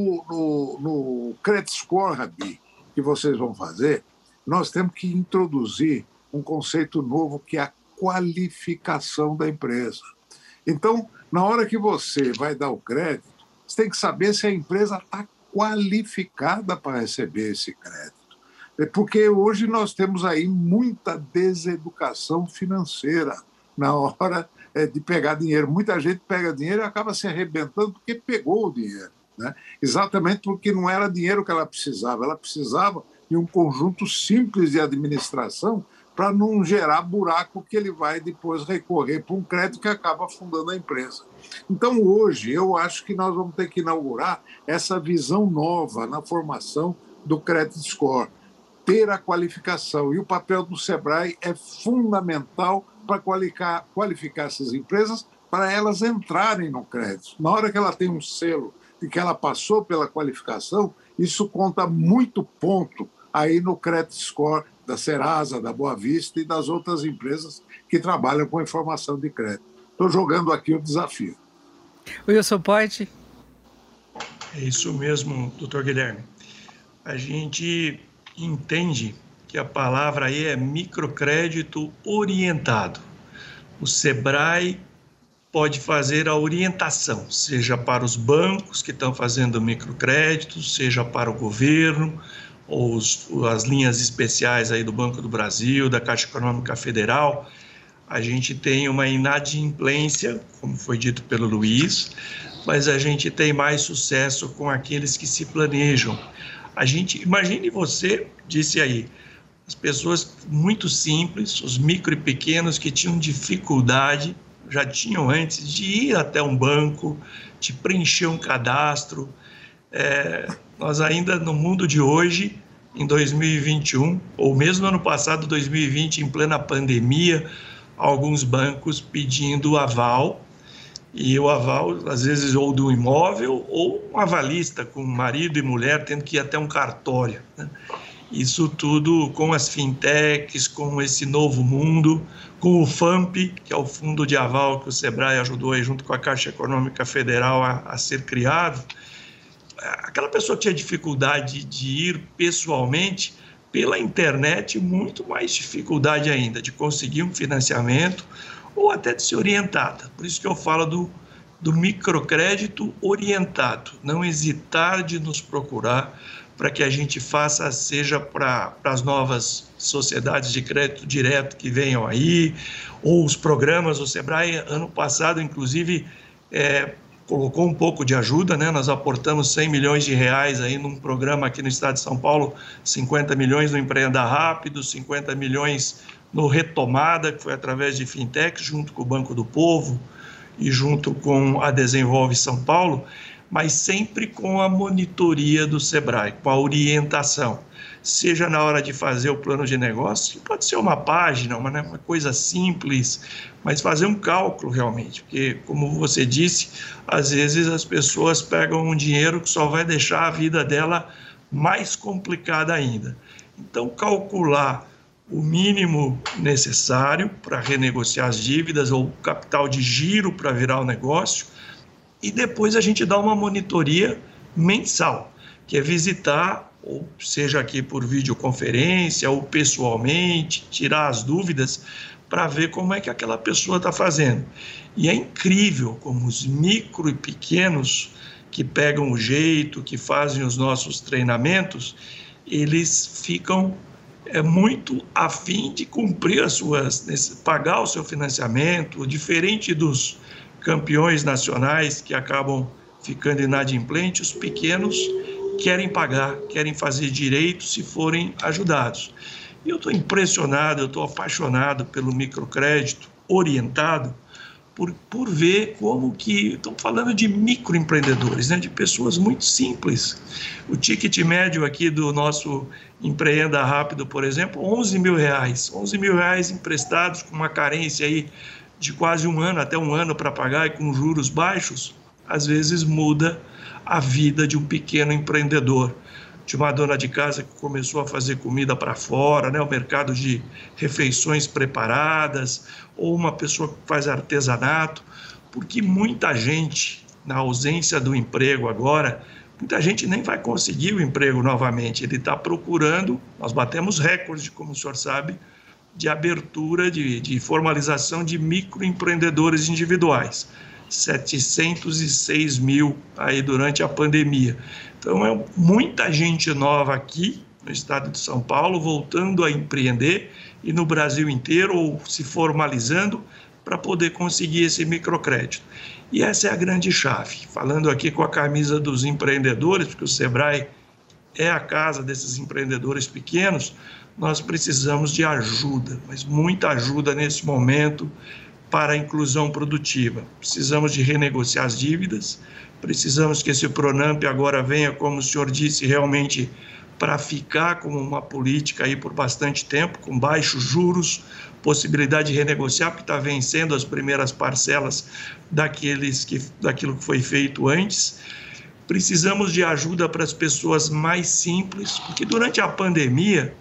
no Credit Score, Rabi, que vocês vão fazer, nós temos que introduzir um conceito novo, que é a qualificação da empresa. Então, na hora que você vai dar o crédito, você tem que saber se a empresa está qualificada para receber esse crédito. Porque hoje nós temos aí muita deseducação financeira na hora de pegar dinheiro. Muita gente pega dinheiro e acaba se arrebentando porque pegou o dinheiro, né? Exatamente porque não era dinheiro que ela precisava de um conjunto simples de administração para não gerar buraco que ele vai depois recorrer para um crédito que acaba afundando a empresa. Então, hoje, eu acho que nós vamos ter que inaugurar essa visão nova na formação do Credit Score, ter a qualificação. E o papel do SEBRAE é fundamental para qualificar essas empresas, para elas entrarem no crédito. Na hora que ela tem um selo de que ela passou pela qualificação, isso conta muito ponto aí no Credit Score da Serasa, da Boa Vista e das outras empresas que trabalham com informação de crédito. Estou jogando aqui o desafio. Wilson, pode? É isso mesmo, doutor Guilherme. A gente entende que a palavra aí é microcrédito orientado. O SEBRAE pode fazer a orientação, seja para os bancos que estão fazendo microcrédito, seja para o governo, ou as linhas especiais aí do Banco do Brasil, da Caixa Econômica Federal. A gente tem uma inadimplência, como foi dito pelo Luiz, mas a gente tem mais sucesso com aqueles que se planejam. Imagine você, disse aí, as pessoas muito simples, os micro e pequenos que tinham dificuldade, já tinham antes de ir até um banco, de preencher um cadastro. Nós ainda no mundo de hoje, em 2021, ou mesmo no ano passado, 2020, em plena pandemia, alguns bancos pedindo aval, e o aval, às vezes, ou do imóvel, ou um avalista, com marido e mulher, tendo que ir até um cartório, né? Isso tudo com as fintechs, com esse novo mundo, com o FAMP, que é o fundo de aval que o SEBRAE ajudou aí, junto com a Caixa Econômica Federal a ser criado. Aquela pessoa que tinha dificuldade de ir pessoalmente, pela internet, muito mais dificuldade ainda de conseguir um financiamento ou até de ser orientada. Por isso que eu falo do microcrédito orientado. Não hesitar de nos procurar para que a gente faça, seja para as novas sociedades de crédito direto que venham aí, ou os programas. O SEBRAE, ano passado, inclusive, colocou um pouco de ajuda, né? Nós aportamos 100 milhões de reais aí num programa aqui no estado de São Paulo, 50 milhões no Empreenda Rápido, 50 milhões no Retomada, que foi através de fintech, junto com o Banco do Povo e junto com a Desenvolve São Paulo. mas sempre com a monitoria do SEBRAE, com a orientação. Seja na hora de fazer o plano de negócio, que pode ser uma página, uma coisa simples, mas fazer um cálculo realmente, porque, como você disse, às vezes as pessoas pegam um dinheiro que só vai deixar a vida dela mais complicada ainda. Então, calcular o mínimo necessário para renegociar as dívidas ou o capital de giro para virar o negócio, e depois a gente dá uma monitoria mensal, que é visitar, ou seja aqui por videoconferência ou pessoalmente, tirar as dúvidas para ver como é que aquela pessoa está fazendo. E é incrível como os micro e pequenos que pegam o jeito, que fazem os nossos treinamentos, eles ficam muito afim de cumprir pagar o seu financiamento, diferente dos campeões nacionais que acabam ficando inadimplentes. Os pequenos querem pagar, querem fazer direito se forem ajudados. E eu estou impressionado, eu estou apaixonado pelo microcrédito orientado por ver como que estamos falando de microempreendedores, né, de pessoas muito simples. O ticket médio aqui do nosso Empreenda Rápido, por exemplo, R$11 mil. R$11 mil emprestados com uma carência aí de quase um ano, até um ano para pagar e com juros baixos, às vezes muda a vida de um pequeno empreendedor, de uma dona de casa que começou a fazer comida para fora, né, o mercado de refeições preparadas, ou uma pessoa que faz artesanato, porque muita gente, na ausência do emprego agora, muita gente nem vai conseguir o emprego novamente, ele está procurando, nós batemos recorde, como o senhor sabe, de abertura, de formalização de microempreendedores individuais, 706 mil aí durante a pandemia. Então, é muita gente nova aqui no estado de São Paulo voltando a empreender e no Brasil inteiro, ou se formalizando para poder conseguir esse microcrédito. E essa é a grande chave. Falando aqui com a camisa dos empreendedores, porque o SEBRAE é a casa desses empreendedores pequenos, nós precisamos de ajuda, mas muita ajuda nesse momento para a inclusão produtiva. Precisamos de renegociar as dívidas, precisamos que esse Pronamp agora venha, como o senhor disse, realmente para ficar como uma política aí por bastante tempo, com baixos juros, possibilidade de renegociar, porque está vencendo as primeiras parcelas daquilo que foi feito antes. Precisamos de ajuda para as pessoas mais simples, porque durante a pandemia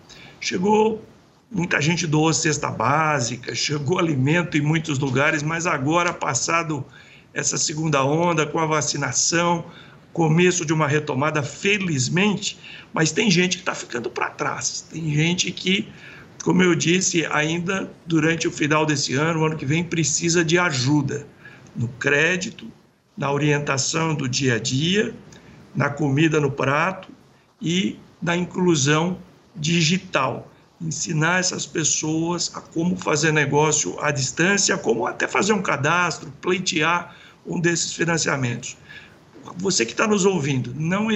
muita gente doou cesta básica, chegou alimento em muitos lugares, mas agora, passado essa segunda onda, com a vacinação, começo de uma retomada, felizmente, mas tem gente que está ficando para trás. Tem gente que, como eu disse, ainda durante o final desse ano, o ano que vem, precisa de ajuda no crédito, na orientação do dia a dia, na comida no prato e na inclusão digital. Ensinar essas pessoas a como fazer negócio à distância, como até fazer um cadastro, pleitear um desses financiamentos. Você que está nos ouvindo, não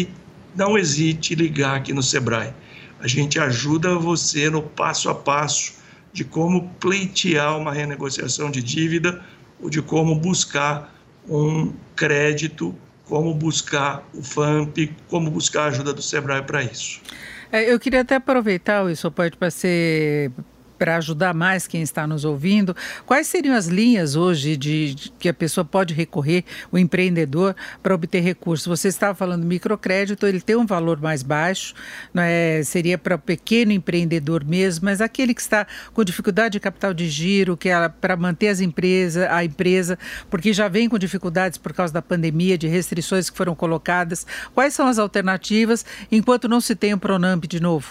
hesite ligar aqui no SEBRAE. A gente ajuda você no passo a passo de como pleitear uma renegociação de dívida ou de como buscar um crédito, como buscar o FAMP, como buscar a ajuda do SEBRAE para isso. Eu queria até aproveitar o Isoport para ajudar mais quem está nos ouvindo. Quais seriam as linhas hoje que a pessoa pode recorrer, o empreendedor, para obter recursos? Você estava falando do microcrédito, ele tem um valor mais baixo, seria para o pequeno empreendedor mesmo, mas aquele que está com dificuldade de capital de giro, que é para manter a empresa, porque já vem com dificuldades por causa da pandemia, de restrições que foram colocadas. Quais são as alternativas enquanto não se tem o Pronamp de novo?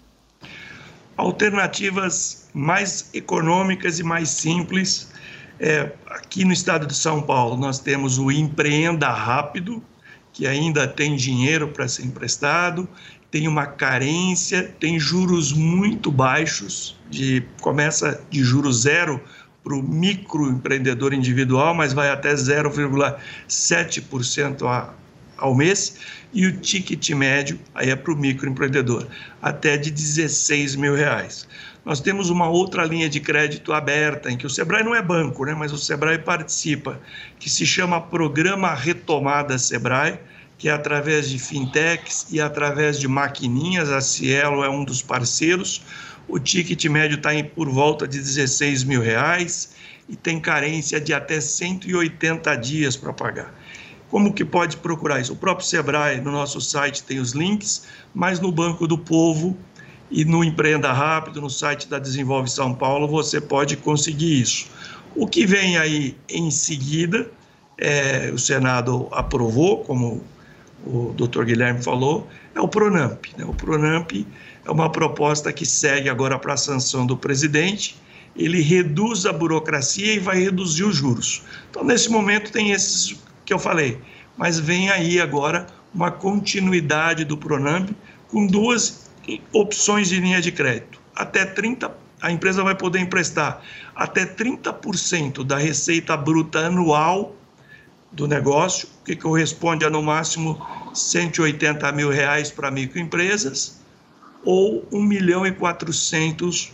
Alternativas mais econômicas e mais simples. Aqui no estado de São Paulo, nós temos o Empreenda Rápido, que ainda tem dinheiro para ser emprestado, tem uma carência, tem juros muito baixos, começa de juros zero para o microempreendedor individual, mas vai até 0,7% ao mês, e o ticket médio aí é para o microempreendedor, até de R$16 mil. Nós temos uma outra linha de crédito aberta, em que o Sebrae não é banco, né, mas o Sebrae participa, que se chama Programa Retomada Sebrae, que é através de fintechs e através de maquininhas. A Cielo é um dos parceiros. O ticket médio está por volta de R$16 mil e tem carência de até 180 dias para pagar. Como que pode procurar isso? O próprio Sebrae, no nosso site, tem os links, mas no Banco do Povo e no Empreenda Rápido, no site da Desenvolve São Paulo, você pode conseguir isso. O que vem aí em seguida, o Senado aprovou, como o Dr. Guilherme falou, é o Pronamp, né? O Pronamp é uma proposta que segue agora para a sanção do presidente. Ele reduz a burocracia e vai reduzir os juros. Então, nesse momento, tem esses que eu falei, mas vem aí agora uma continuidade do Pronamp com 2 opções de linha de crédito. A empresa vai poder emprestar até 30% da receita bruta anual do negócio, que corresponde a no máximo R$180 mil para microempresas, ou R$1.400.000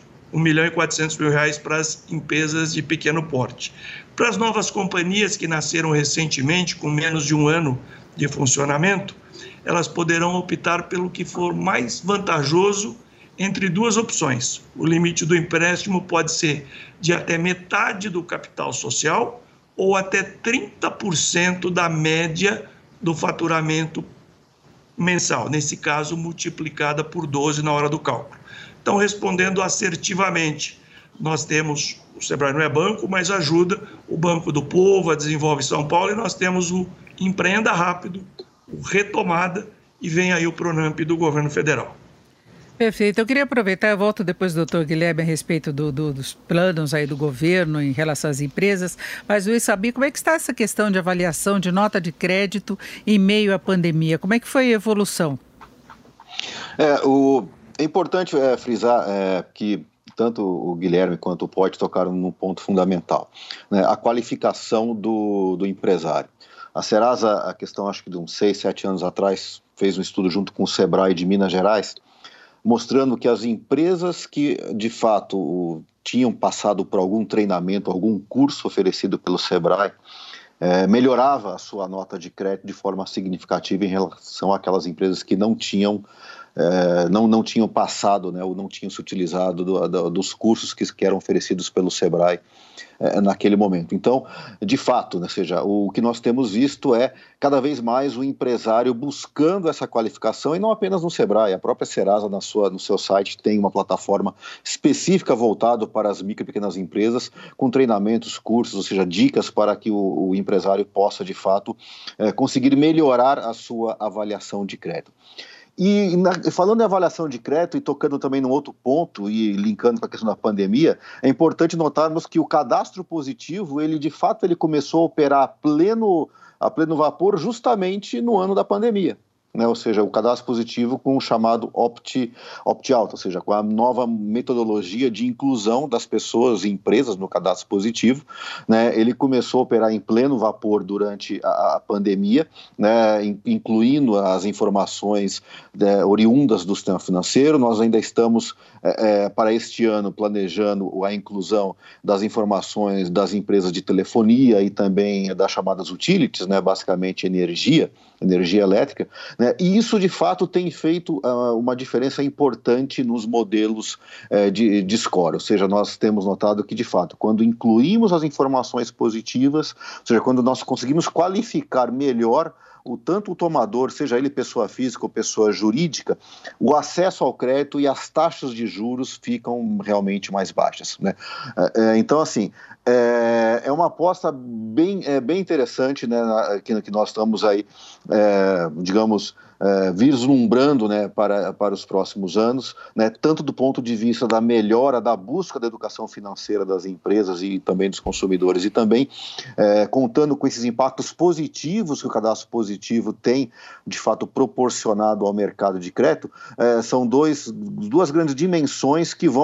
para as empresas de pequeno porte. Para as novas companhias que nasceram recentemente, com menos de um ano de funcionamento, elas poderão optar pelo que for mais vantajoso entre 2 opções. O limite do empréstimo pode ser de até metade do capital social ou até 30% da média do faturamento mensal, nesse caso multiplicada por 12 na hora do cálculo. Então, respondendo assertivamente, nós temos, o Sebrae não é banco, mas ajuda o Banco do Povo, a Desenvolve São Paulo, e nós temos o Empreenda Rápido, o Retomada, e vem aí o Pronamp do governo federal. Perfeito. Eu queria aproveitar, eu volto depois do Dr. Guilherme a respeito dos planos aí do governo em relação às empresas, mas eu ia saber como é que está essa questão de avaliação de nota de crédito em meio à pandemia. Como é que foi a evolução? É importante frisar que tanto o Guilherme quanto o Pote tocaram num ponto fundamental, né? A qualificação do empresário. A Serasa, a questão acho que de uns 6, 7 anos atrás, fez um estudo junto com o Sebrae de Minas Gerais, mostrando que as empresas que, de fato, tinham passado por algum treinamento, algum curso oferecido pelo Sebrae, melhorava a sua nota de crédito de forma significativa em relação àquelas empresas que não tinham passado, né, ou não tinham se utilizado dos cursos que eram oferecidos pelo Sebrae naquele momento. Então, de fato, né, seja, o que nós temos visto é cada vez mais o empresário buscando essa qualificação, e não apenas no Sebrae. A própria Serasa, no seu site, tem uma plataforma específica voltada para as micro e pequenas empresas, com treinamentos, cursos, ou seja, dicas para que o empresário possa, de fato, conseguir melhorar a sua avaliação de crédito. E falando em avaliação de crédito e tocando também num outro ponto e linkando com a questão da pandemia, é importante notarmos que o cadastro positivo, ele de fato começou a operar a pleno vapor justamente no ano da pandemia, né? Ou seja, o cadastro positivo com o chamado opt-out, ou seja, com a nova metodologia de inclusão das pessoas e empresas no cadastro positivo, né? Ele começou a operar em pleno vapor durante a pandemia, né? Incluindo as informações oriundas do sistema financeiro. Nós ainda estamos, para este ano, planejando a inclusão das informações das empresas de telefonia e também das chamadas utilities, né? Basicamente energia elétrica, né? E isso de fato tem feito uma diferença importante nos modelos de score, ou seja, nós temos notado que de fato, quando incluímos as informações positivas, ou seja, quando nós conseguimos qualificar melhor tanto o tomador, seja ele pessoa física ou pessoa jurídica, o acesso ao crédito e as taxas de juros ficam realmente mais baixas, né? Então, assim, é uma aposta bem interessante, né, que nós estamos aí, digamos, vislumbrando, né, para os próximos anos, né, tanto do ponto de vista da melhora da busca da educação financeira das empresas e também dos consumidores, e também contando com esses impactos positivos que o cadastro positivo tem, de fato, proporcionado ao mercado de crédito. São duas grandes dimensões que vão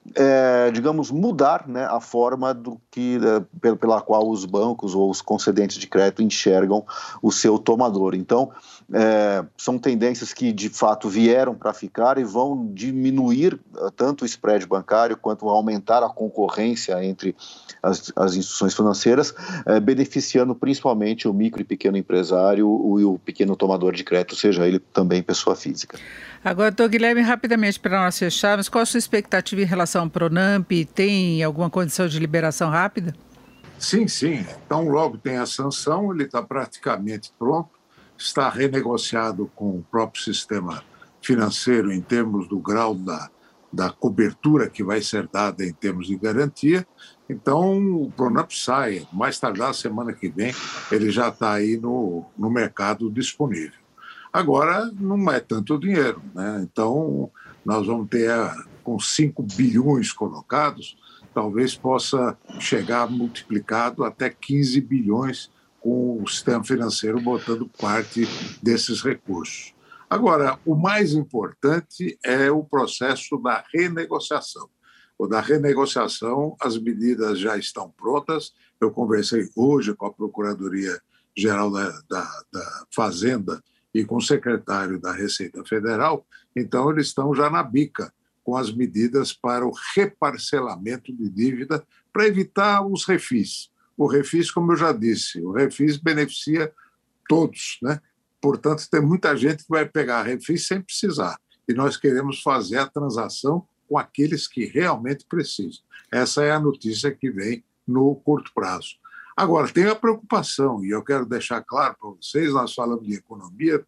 digamos, mudar, né, a forma pela qual os bancos ou os concedentes de crédito enxergam o seu tomador. Então, são tendências que, de fato, vieram para ficar e vão diminuir tanto o spread bancário quanto aumentar a concorrência entre as instituições financeiras, beneficiando principalmente o micro e pequeno empresário e o pequeno tomador de crédito, seja ele também pessoa física. Agora, doutor Guilherme, rapidamente para nós fecharmos, qual a sua expectativa em relação ao Pronamp? Tem alguma condição de liberação rápida? Sim. Então, logo tem a sanção, ele está praticamente pronto, está renegociado com o próprio sistema financeiro em termos do grau da cobertura que vai ser dada em termos de garantia. Então, o Pronamp sai, mais tardar semana que vem, ele já está aí no mercado disponível. Agora, não é tanto dinheiro, né? Então, nós vamos ter, com 5 bilhões colocados, talvez possa chegar multiplicado até 15 bilhões com o sistema financeiro botando parte desses recursos. Agora, o mais importante é o processo da renegociação. O da renegociação, as medidas já estão prontas. Eu conversei hoje com a Procuradoria-Geral da Fazenda e com o secretário da Receita Federal, então eles estão já na bica com as medidas para o reparcelamento de dívida para evitar os refis. O refis, como eu já disse, o refis beneficia todos, né? Portanto, tem muita gente que vai pegar refis sem precisar. E nós queremos fazer a transação com aqueles que realmente precisam. Essa é a notícia que vem no curto prazo. Agora, tem a preocupação, e eu quero deixar claro para vocês, nós falamos de economia,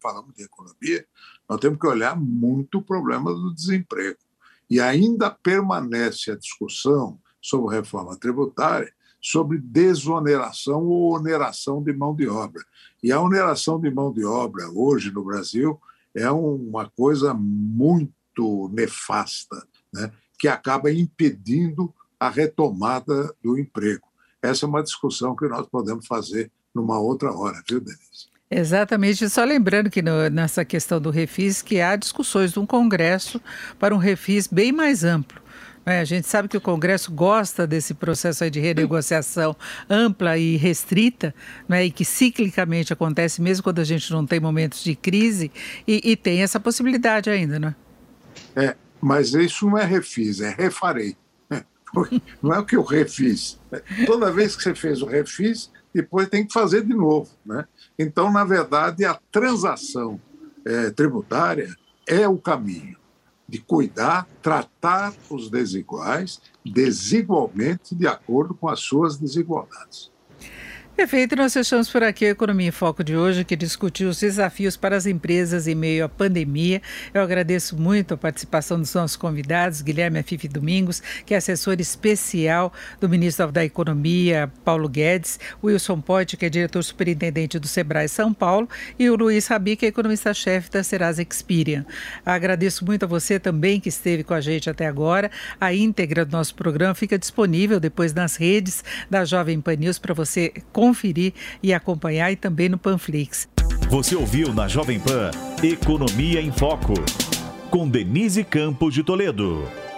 nós temos que olhar muito o problema do desemprego. E ainda permanece a discussão sobre reforma tributária, sobre desoneração ou oneração de mão de obra. E a oneração de mão de obra hoje no Brasil é uma coisa muito nefasta, né, que acaba impedindo a retomada do emprego. Essa é uma discussão que nós podemos fazer numa outra hora, viu, Denise? Exatamente, só lembrando que nessa questão do refis, que há discussões de um Congresso para um refis bem mais amplo. A gente sabe que o Congresso gosta desse processo aí de renegociação ampla e restrita, né, e que ciclicamente acontece mesmo quando a gente não tem momentos de crise, e tem essa possibilidade ainda, não é? Mas isso não é refis, é refarei. Não é o que eu refiz. Toda vez que você fez o refis, depois tem que fazer de novo, né? Então, na verdade, a transação tributária é o caminho de cuidar, tratar os desiguais desigualmente de acordo com as suas desigualdades. Perfeito, nós fechamos por aqui a Economia em Foco de hoje, que discutiu os desafios para as empresas em meio à pandemia. Eu agradeço muito a participação dos nossos convidados, Guilherme Afife Domingos, que é assessor especial do ministro da Economia, Paulo Guedes, Wilson Poit, que é diretor superintendente do Sebrae São Paulo, e o Luiz Rabi, que é economista-chefe da Serasa Experian. Agradeço muito a você também que esteve com a gente até agora. A íntegra do nosso programa fica disponível depois nas redes da Jovem Pan News para você conferir e acompanhar, e também no Panflix. Você ouviu na Jovem Pan Economia em Foco, com Denise Campos de Toledo.